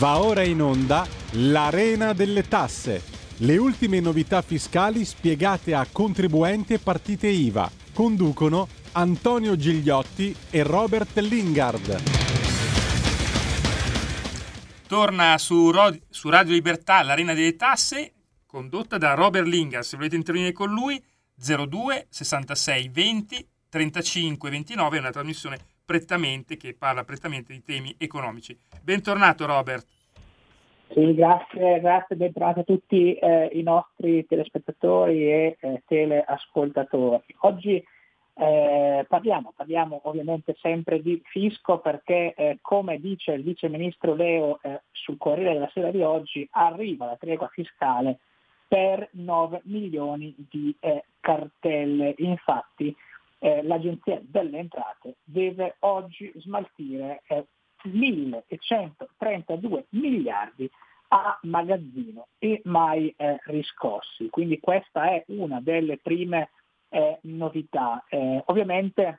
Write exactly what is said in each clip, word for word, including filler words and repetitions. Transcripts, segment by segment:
Va ora in onda l'Arena delle Tasse. Le ultime novità fiscali spiegate a contribuenti e partite I V A. Conducono Antonio Gigliotti e Robert Lingard. Torna su, Ro- su Radio Libertà l'Arena delle Tasse, condotta da Robert Lingard. Se volete intervenire con lui, zero due sessantasei venti trentacinque ventinove, è una trasmissione prettamente che parla prettamente di temi economici. Bentornato Robert. Sì, grazie, grazie, bentornati a tutti eh, i nostri telespettatori e eh, teleascoltatori. Oggi eh, parliamo, parliamo ovviamente sempre di fisco perché eh, come dice il vice ministro Leo eh, sul Corriere della Sera di oggi, arriva la tregua fiscale per nove milioni di eh, cartelle. Infatti eh, l'Agenzia delle Entrate deve oggi smaltire eh, millecentotrentadue miliardi a magazzino e mai eh, riscossi. Quindi questa è una delle prime eh, novità. Eh, ovviamente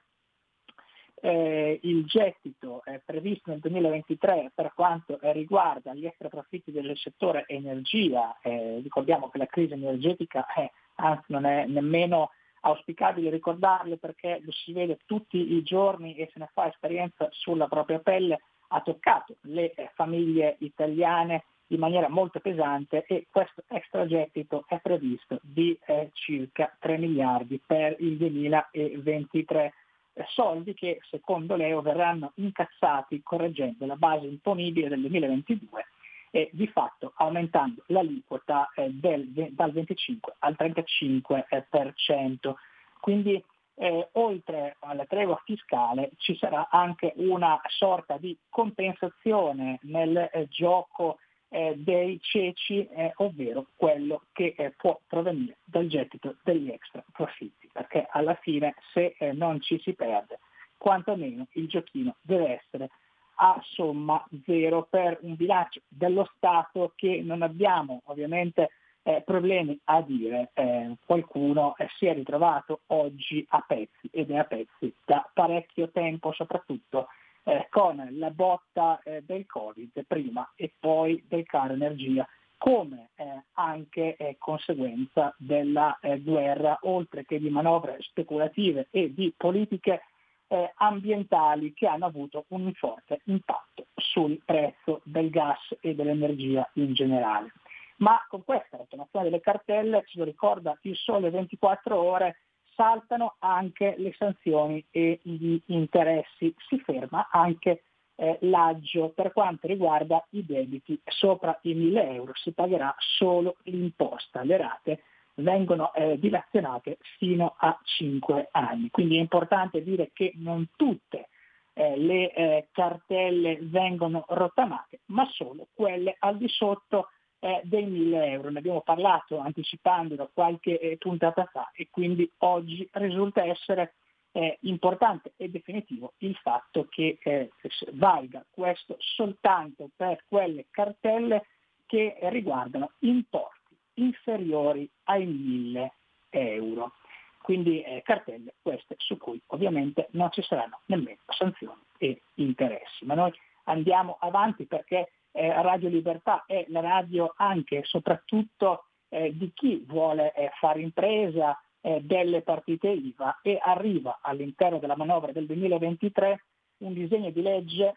eh, il gettito eh, previsto nel duemilaventitré per quanto eh, riguarda gli extraprofitti del settore energia, eh, ricordiamo che la crisi energetica è, anzi non è nemmeno auspicabile ricordarlo perché lo si vede tutti i giorni e se ne fa esperienza sulla propria pelle, ha toccato le eh, famiglie italiane in maniera molto pesante e questo extragettito è previsto di eh, circa tre miliardi per il duemilaventitré, eh, soldi che secondo Leo verranno incassati correggendo la base imponibile del duemilaventidue e di fatto aumentando l'aliquota eh, del, dal venticinque al trentacinque per cento. Quindi eh, oltre alla tregua fiscale ci sarà anche una sorta di compensazione nel eh, gioco eh, dei ceci, eh, ovvero quello che eh, può provenire dal gettito degli extra profitti, perché alla fine se eh, non ci si perde, quantomeno il giochino deve essere a somma zero per un bilancio dello Stato che non abbiamo ovviamente eh, problemi a dire. Eh, qualcuno eh, si è ritrovato oggi a pezzi ed è a pezzi da parecchio tempo, soprattutto eh, con la botta eh, del Covid prima e poi del caro energia, come eh, anche eh, conseguenza della eh, guerra, oltre che di manovre speculative e di politiche Eh, ambientali che hanno avuto un forte impatto sul prezzo del gas e dell'energia in generale. Ma con questa rottamazione delle cartelle, ce lo ricorda il Sole ventiquattro Ore, saltano anche le sanzioni e gli interessi. Si ferma anche eh, l'aggio per quanto riguarda i debiti sopra i mille euro, si pagherà solo l'imposta, le rate vengono eh, dilazionate fino a cinque anni. Quindi è importante dire che non tutte eh, le eh, cartelle vengono rottamate, ma solo quelle al di sotto eh, dei mille euro. Ne abbiamo parlato anticipandolo qualche eh, puntata fa e quindi oggi risulta essere eh, importante e definitivo il fatto che eh, valga questo soltanto per quelle cartelle che riguardano importi inferiori ai mille euro. Quindi eh, cartelle queste su cui ovviamente non ci saranno nemmeno sanzioni e interessi. Ma noi andiamo avanti perché eh, Radio Libertà è la radio anche e soprattutto eh, di chi vuole eh, fare impresa eh, delle partite I V A e arriva all'interno della manovra del duemilaventitré un disegno di legge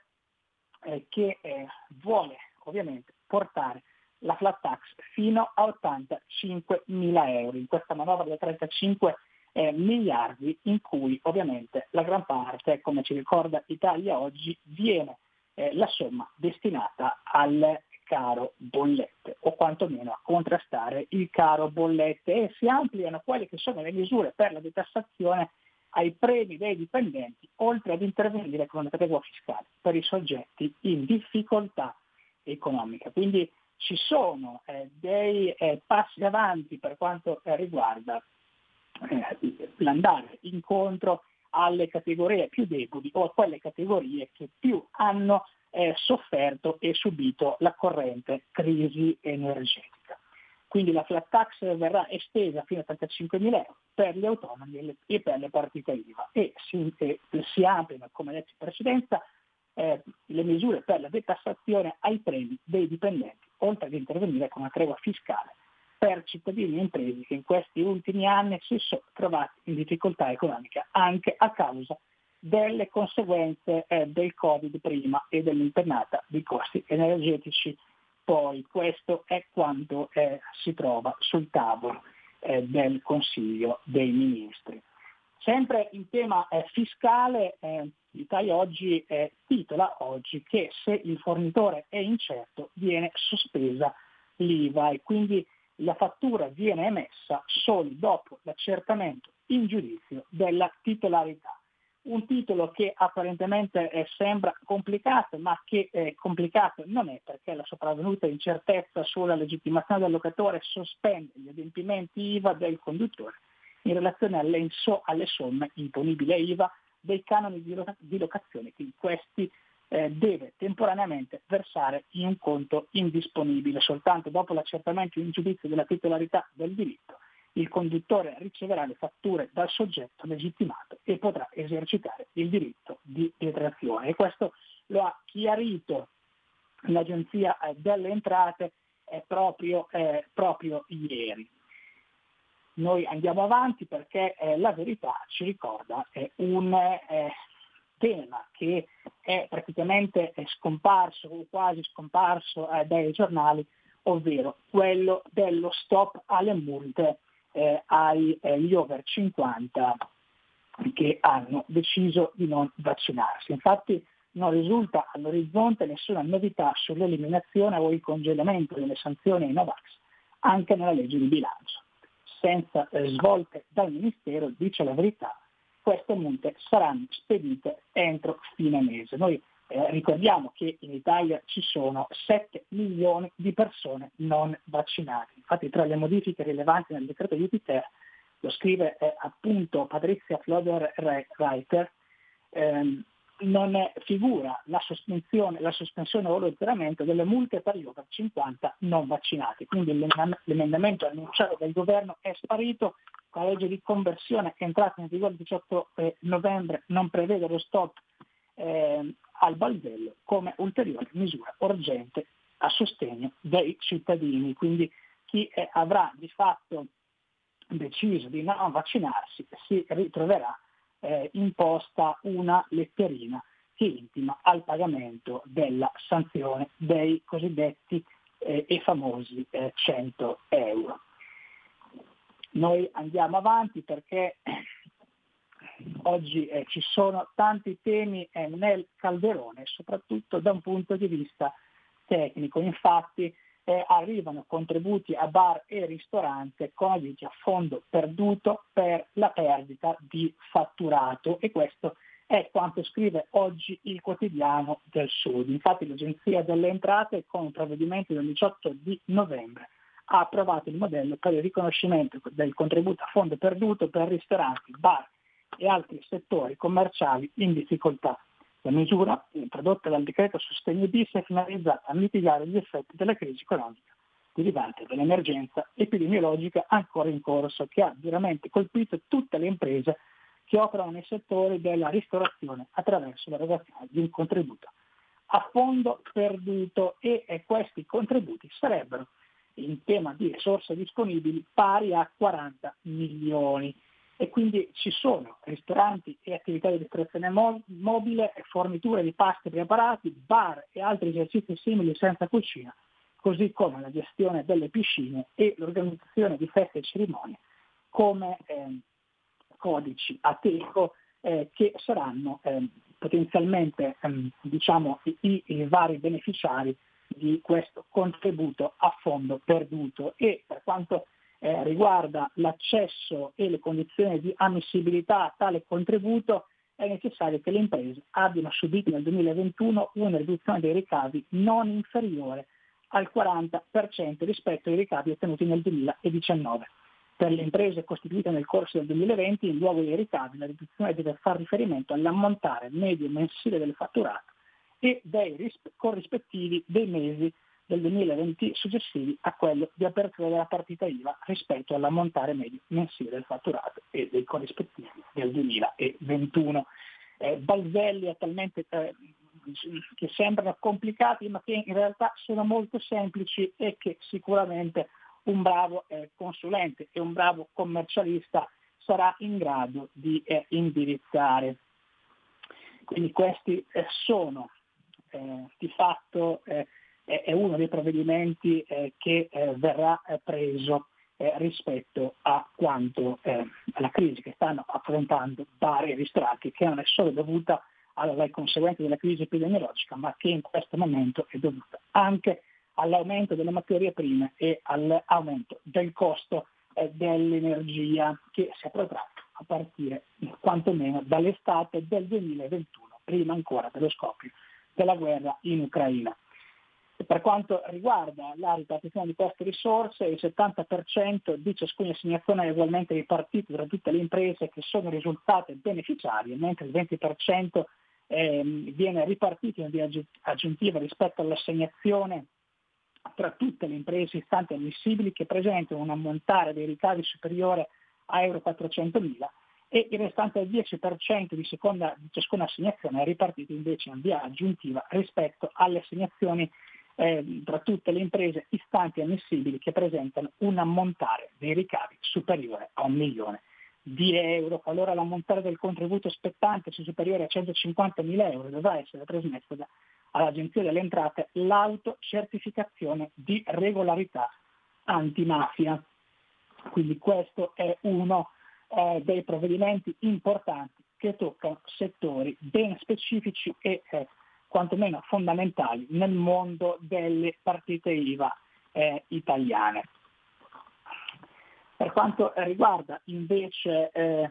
eh, che eh, vuole ovviamente portare la flat tax fino a ottantacinquemila euro in questa manovra da trentacinque eh, miliardi in cui ovviamente la gran parte, come ci ricorda Italia Oggi, viene eh, la somma destinata al caro bollette o quantomeno a contrastare il caro bollette e si ampliano quelle che sono le misure per la detassazione ai premi dei dipendenti, oltre ad intervenire con una tregua fiscale per i soggetti in difficoltà economica. Quindi ci sono eh, dei eh, passi avanti per quanto eh, riguarda eh, l'andare incontro alle categorie più deboli o a quelle categorie che più hanno eh, sofferto e subito la corrente crisi energetica. Quindi la flat tax verrà estesa fino a trentacinquemila euro per gli autonomi e, le, e per le partite I V A e si, eh, si ampliano, come detto in precedenza, eh, le misure per la detassazione ai premi dei dipendenti, oltre ad intervenire con una tregua fiscale per cittadini e imprese che in questi ultimi anni si sono trovati in difficoltà economica anche a causa delle conseguenze eh, del Covid prima e dell'impennata di costi energetici poi. Questo è quanto eh, si trova sul tavolo eh, del Consiglio dei Ministri. Sempre in tema eh, fiscale, eh, l'Italia oggi eh, titola oggi che se il fornitore è incerto viene sospesa l'I V A e quindi la fattura viene emessa solo dopo l'accertamento in giudizio della titolarità. Un titolo che apparentemente eh, sembra complicato, ma che eh, complicato non è, perché la sopravvenuta incertezza sulla legittimazione del locatore sospende gli adempimenti I V A del conduttore in relazione alle, inso- alle somme imponibili a I V A dei canoni di, lo- di locazione che questi eh, deve temporaneamente versare in un conto indisponibile. Soltanto dopo l'accertamento in giudizio della titolarità del diritto il conduttore riceverà le fatture dal soggetto legittimato e potrà esercitare il diritto di detrazione. E questo lo ha chiarito l'Agenzia delle Entrate eh, proprio, eh, proprio ieri. Noi andiamo avanti perché eh, la verità ci ricorda eh, un eh, tema che è praticamente è scomparso o quasi scomparso eh, dai giornali, ovvero quello dello stop alle multe eh, agli eh, over cinquanta che hanno deciso di non vaccinarsi. Infatti non risulta all'orizzonte nessuna novità sull'eliminazione o il congelamento delle sanzioni ai Novax anche nella legge di bilancio. Senza eh, svolte dal Ministero, dice la verità, queste multe saranno spedite entro fine mese. Noi eh, ricordiamo che in Italia ci sono sette milioni di persone non vaccinate. Infatti tra le modifiche rilevanti nel decreto Jupiter, lo scrive eh, appunto Patrizia Floder-Reiter, ehm, non figura la sospensione, la sospensione o l'azzeramento delle multe per gli over cinquanta non vaccinati. Quindi l'emendamento annunciato dal governo è sparito. La legge di conversione che è entrata in vigore il diciotto novembre non prevede lo stop eh, al balzello come ulteriore misura urgente a sostegno dei cittadini. Quindi chi eh, avrà di fatto deciso di non vaccinarsi si ritroverà eh, imposta una letterina che intima al pagamento della sanzione dei cosiddetti eh, e famosi eh, cento euro. Noi andiamo avanti perché oggi eh, ci sono tanti temi eh, nel calderone, soprattutto da un punto di vista tecnico. Infatti eh, arrivano contributi a bar e ristorante con aiuti a fondo perduto per la perdita di fatturato, e questo è quanto scrive oggi il Quotidiano del Sud. Infatti l'Agenzia delle Entrate, con un provvedimento del diciotto di novembre, ha approvato il modello per il riconoscimento del contributo a fondo perduto per ristoranti, bar e altri settori commerciali in difficoltà. La misura, introdotta dal decreto Sostegni bis, è finalizzata a mitigare gli effetti della crisi economica derivante dall'emergenza epidemiologica ancora in corso, che ha duramente colpito tutte le imprese che operano nei settori della ristorazione attraverso l'erogazione di un contributo a fondo perduto, e, e questi contributi sarebbero, in tema di risorse disponibili, pari a quaranta milioni. E quindi ci sono ristoranti e attività di ristorazione mo- mobile, forniture di pasti preparati, bar e altri esercizi simili senza cucina, così come la gestione delle piscine e l'organizzazione di feste e cerimonie come eh, codici Ateco eh, che saranno eh, potenzialmente ehm, diciamo, i, i vari beneficiari di questo contributo a fondo perduto. E per quanto eh, riguarda l'accesso e le condizioni di ammissibilità a tale contributo, è necessario che le imprese abbiano subito nel duemilaventuno una riduzione dei ricavi non inferiore al quaranta per cento rispetto ai ricavi ottenuti nel duemiladiciannove. Per le imprese costituite nel corso del duemilaventi, in luogo dei ricavi, la riduzione deve far riferimento all'ammontare medio mensile del fatturato e dei risp- corrispettivi dei mesi del duemilaventi successivi a quello di apertura della partita I V A rispetto all'ammontare medio mensile del fatturato e dei corrispettivi del duemilaventuno. Eh, Balzelli attualmente eh, che sembrano complicati ma che in realtà sono molto semplici e che sicuramente un bravo eh, consulente e un bravo commercialista sarà in grado di eh, indirizzare. Quindi questi eh, sono eh, di fatto eh, è uno dei provvedimenti eh, che eh, verrà eh, preso eh, rispetto a quanto eh, alla crisi che stanno affrontando vari ristoranti, che non è solo dovuta alle conseguenze della crisi epidemiologica, ma che in questo momento è dovuta anche all'aumento delle materie prime e all'aumento del costo eh, dell'energia che si è protratto a partire quantomeno dall'estate del duemilaventuno, prima ancora dello scoppio della guerra in Ucraina. Per quanto riguarda la ripartizione di queste risorse, il settanta per cento di ciascuna assegnazione è ugualmente ripartito tra tutte le imprese che sono risultate beneficiarie, mentre il venti per cento eh, viene ripartito in via aggiuntiva rispetto all'assegnazione tra tutte le imprese istanti ammissibili che presentano un ammontare dei ricavi superiore a euro quattrocentomila, e il restante dieci per cento di, seconda, di ciascuna assegnazione è ripartito invece in via aggiuntiva rispetto alle assegnazioni eh, tra tutte le imprese istanti ammissibili che presentano un ammontare dei ricavi superiore a un milione di euro. Qualora l'ammontare del contributo spettante sia superiore a centocinquantamila euro, dovrà essere trasmessa da, all'Agenzia delle Entrate l'autocertificazione di regolarità antimafia. Quindi questo è uno eh, dei provvedimenti importanti che toccano settori ben specifici e eh, quantomeno fondamentali nel mondo delle partite I V A eh, italiane. Per quanto riguarda invece eh,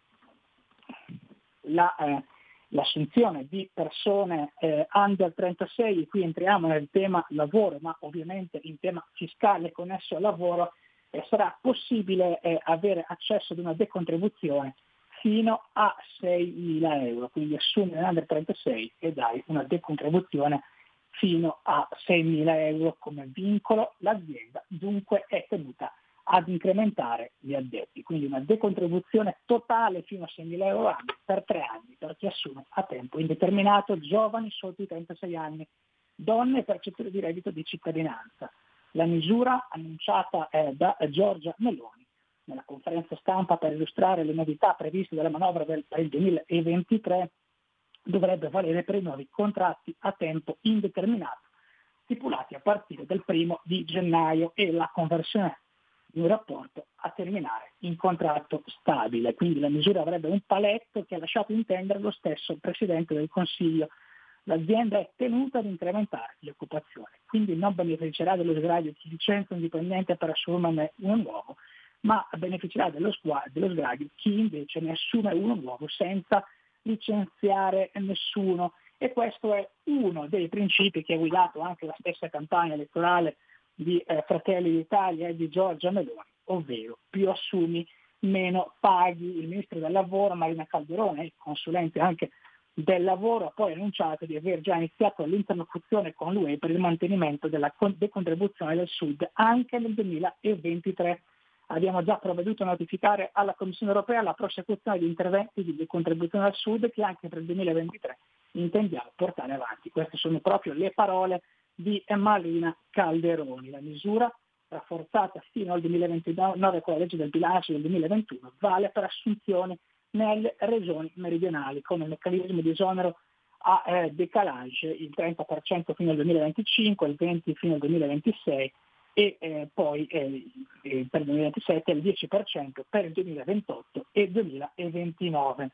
la, eh, l'assunzione di persone eh, under trentasei, qui entriamo nel tema lavoro, ma ovviamente in tema fiscale connesso al lavoro, eh, sarà possibile eh, avere accesso ad una decontribuzione fino a seimila euro, quindi assumi un under trentasei e dai una decontribuzione fino a seimila euro come vincolo. L'azienda dunque è tenuta ad incrementare gli addetti, quindi una decontribuzione totale fino a seimila euro anni per tre anni per chi assume a tempo indeterminato giovani sotto i trentasei anni, donne e percettori di reddito di cittadinanza. La misura annunciata eh, da Giorgia Meloni nella conferenza stampa per illustrare le novità previste dalla manovra del, per il duemilaventitré dovrebbe valere per i nuovi contratti a tempo indeterminato stipulati a partire dal primo di gennaio e la conversione di un rapporto a terminare in contratto stabile. Quindi la misura avrebbe un paletto che ha lasciato intendere lo stesso Presidente del Consiglio. L'azienda è tenuta ad incrementare l'occupazione, quindi non beneficerà dello sgravio chi licenzia un dipendente per assumerne uno nuovo, ma beneficerà dello, sgua- dello sgravio chi invece ne assume uno nuovo senza licenziare nessuno. E questo è uno dei principi che ha guidato anche la stessa campagna elettorale di eh, Fratelli d'Italia e di Giorgia Meloni, ovvero più assumi meno paghi. Il ministro del lavoro Marina Calderone, consulente anche del lavoro, ha poi annunciato di aver già iniziato l'interlocuzione con l'U E per il mantenimento della decontribuzione del Sud anche nel duemilaventitré. Abbiamo già provveduto a notificare alla Commissione europea la prosecuzione di interventi di decontribuzione al Sud che anche per il duemilaventitré intendiamo portare avanti. Queste sono proprio le parole di Marina Calderoni. La misura, rafforzata fino al duemilaventinove con la legge del bilancio del duemilaventuno, vale per assunzioni nelle regioni meridionali con un meccanismo di esonero a eh, decalage, il trenta per cento fino al duemilaventicinque, il venti per cento fino al duemilaventisei e eh, poi eh, eh, per il duemilaventisette il dieci per cento per il duemilaventotto e duemilaventinove.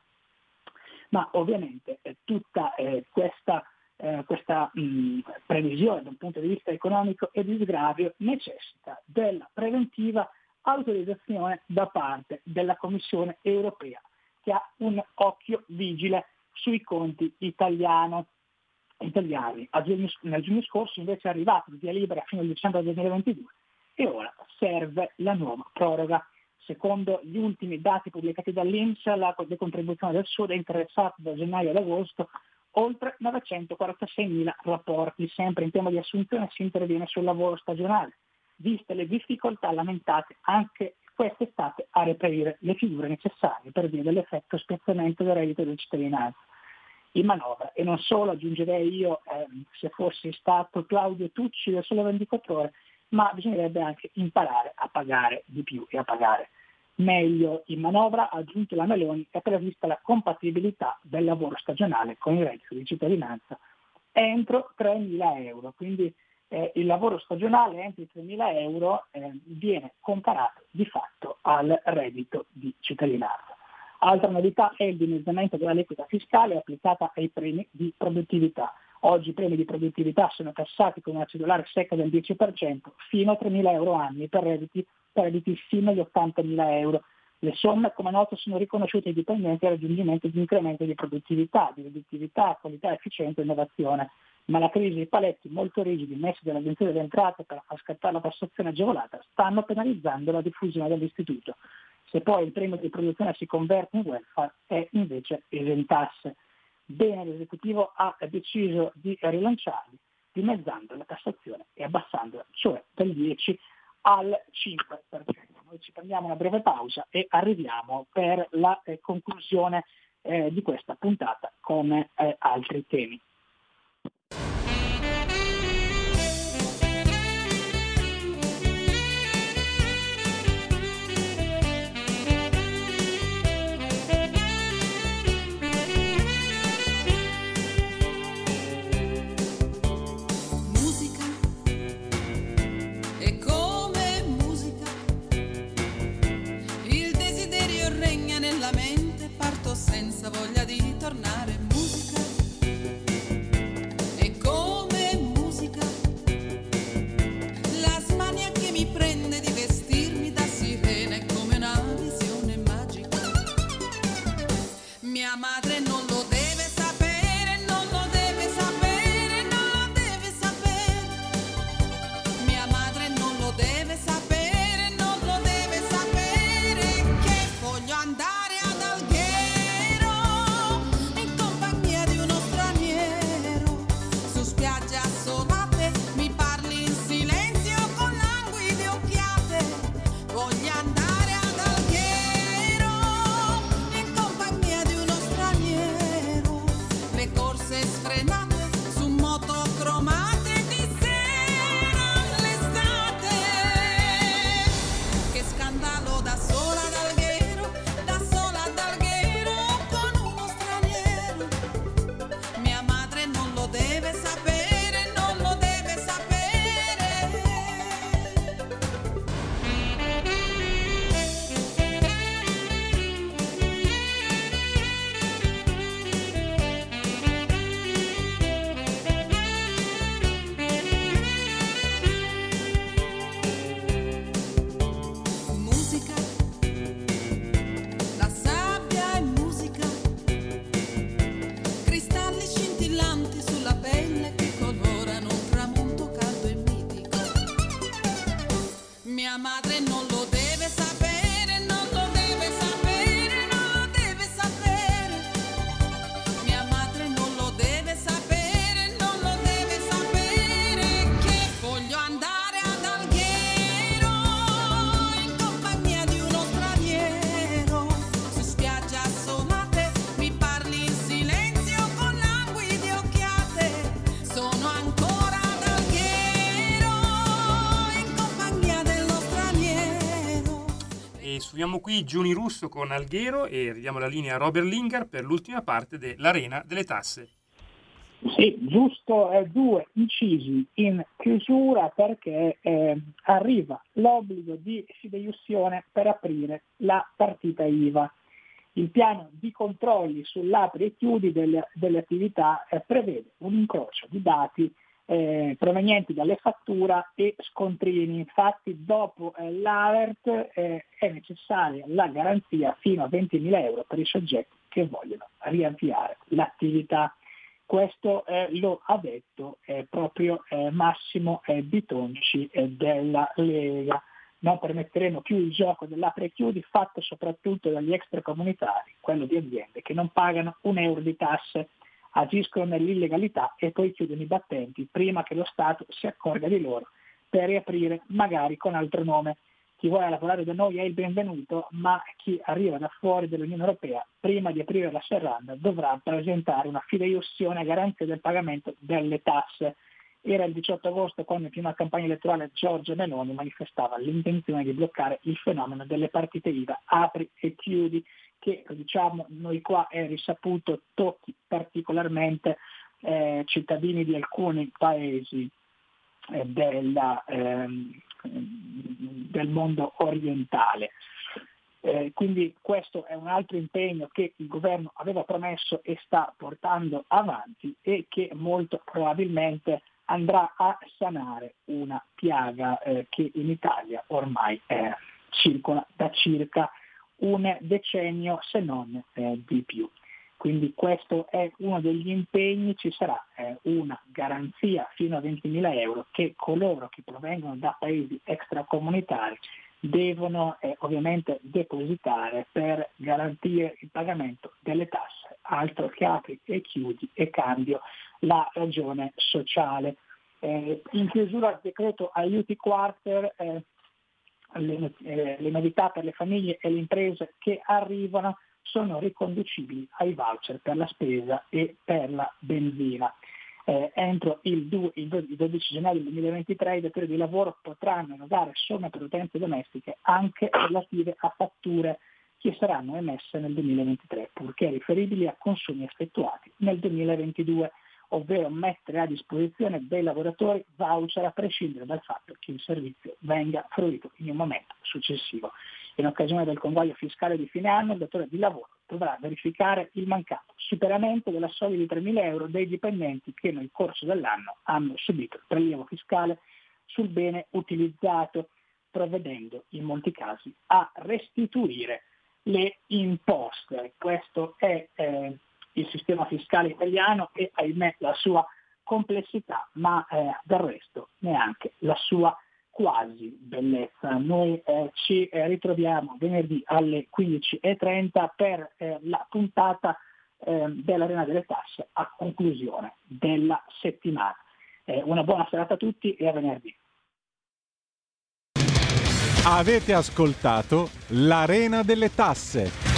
Ma ovviamente eh, tutta eh, questa, eh, questa mh, previsione da un punto di vista economico e di sgravio necessita della preventiva autorizzazione da parte della Commissione europea, che ha un occhio vigile sui conti italiano, italiani. A giugno, nel giugno scorso invece è arrivato via libera fino al dicembre duemilaventidue e ora serve la nuova proroga. Secondo gli ultimi dati pubblicati dall'I N P S, la decontribuzione del Sud è interessata da gennaio ad agosto oltre novecentoquarantaseimila rapporti. Sempre in tema di assunzione si interviene sul lavoro stagionale, viste le difficoltà lamentate anche quest'estate a reperire le figure necessarie per via dell'effetto spezzamento del reddito di cittadinanza. in manovra. E non solo, aggiungerei io, eh, se fossi stato Claudio Tucci del Sole ventiquattro Ore, ma bisognerebbe anche imparare a pagare di più e a pagare meglio in manovra. Ha aggiunto la Meloni, è prevista la compatibilità del lavoro stagionale con il reddito di cittadinanza entro tremila euro, quindi eh, il lavoro stagionale entro i tremila euro eh, viene comparato di fatto al reddito di cittadinanza. Altra novità è il dimezzamento dell'aliquota fiscale applicata ai premi di produttività. Oggi i premi di produttività sono tassati con una cedolare secca del dieci per cento fino a tremila euro annui per redditi, per redditi fino agli ottantamila euro. Le somme, come noto, sono riconosciute ai dipendenti al raggiungimento di incremento di produttività, di redditività, qualità, efficienza e innovazione. Ma la crisi e i paletti molto rigidi messi dall'Agenzia delle Entrate per far scattare la tassazione agevolata stanno penalizzando la diffusione dell'istituto. Se poi il premio di produzione si converte in welfare è invece esentasse. Bene, l'esecutivo ha deciso di rilanciarli dimezzando la tassazione e abbassandola, cioè dal dieci al cinque per cento. Noi ci prendiamo una breve pausa e arriviamo per la eh, conclusione eh, di questa puntata con eh, altri temi. Senza voglia di tornare, musica è come musica, la smania che mi prende di vestirmi da sirena è come una visione magica. Mia madre non lo deve sapere, non lo deve sapere, non lo deve sapere. Mia madre non lo deve sapere, non lo deve sapere che voglio andare Suoniamo qui Giuni Russo con Alghero e ridiamo la linea a Robert Lingard per l'ultima parte dell'Arena delle Tasse. Sì, giusto eh, due incisi in chiusura perché eh, arriva l'obbligo di fideiussione per aprire la partita I V A. Il piano di controlli sull'apri e chiudi delle, delle attività eh, prevede un incrocio di dati Eh, provenienti dalle fatture e scontrini. Infatti dopo eh, l'alert eh, è necessaria la garanzia fino a ventimila euro per i soggetti che vogliono riavviare l'attività. Questo eh, lo ha detto eh, proprio eh, Massimo eh, Bitonci eh, della Lega. Non permetteremo più il gioco dell'apri e chiudi fatto soprattutto dagli extracomunitari, quello di aziende che non pagano un euro di tasse, agiscono nell'illegalità e poi chiudono i battenti prima che lo Stato si accorga di loro per riaprire magari con altro nome. chi vuole lavorare da noi è il benvenuto, ma chi arriva da fuori dall'Unione Europea, prima di aprire la serranda, dovrà presentare una fideiussione a garanzia del pagamento delle tasse. Era il diciotto agosto quando in prima campagna elettorale Giorgia Meloni manifestava l'intenzione di bloccare il fenomeno delle partite I V A, apri e chiudi, che diciamo noi qua è risaputo tocchi particolarmente eh, cittadini di alcuni paesi eh, della, ehm, del mondo orientale. Eh, quindi questo è un altro impegno che il governo aveva promesso e sta portando avanti e che molto probabilmente andrà a sanare una piaga eh, che in Italia ormai eh, circola da circa un decennio, se non eh, di più. Quindi questo è uno degli impegni, ci sarà eh, una garanzia fino a ventimila euro che coloro che provengono da paesi extracomunitari devono eh, ovviamente depositare per garantire il pagamento delle tasse, altro che apri e chiudi e cambio la ragione sociale. Eh, in chiusura al decreto aiuti quarter, eh, le, eh, le novità per le famiglie e le imprese che arrivano sono riconducibili ai voucher per la spesa e per la benzina. Eh, entro il, due, il dodici gennaio duemilaventitré i datori di lavoro potranno erogare somme per utenze domestiche anche relative a fatture che saranno emesse nel duemilaventitré, purché riferibili a consumi effettuati nel duemilaventidue, ovvero mettere a disposizione dei lavoratori voucher a prescindere dal fatto che il servizio venga fruito in un momento successivo. In occasione del conguaglio fiscale di fine anno, il datore di lavoro dovrà verificare il mancato superamento della soglia di tremila euro dei dipendenti che nel corso dell'anno hanno subito il prelievo fiscale sul bene utilizzato, provvedendo in molti casi a restituire le imposte. Questo è eh, il sistema fiscale italiano e ahimè la sua complessità, ma eh, del resto neanche la sua quasi bellezza. Noi eh, ci eh, ritroviamo venerdì alle quindici e trenta per eh, la puntata eh, dell'Arena delle Tasse a conclusione della settimana. Eh, una buona serata a tutti e a venerdì. Avete ascoltato l'Arena delle Tasse.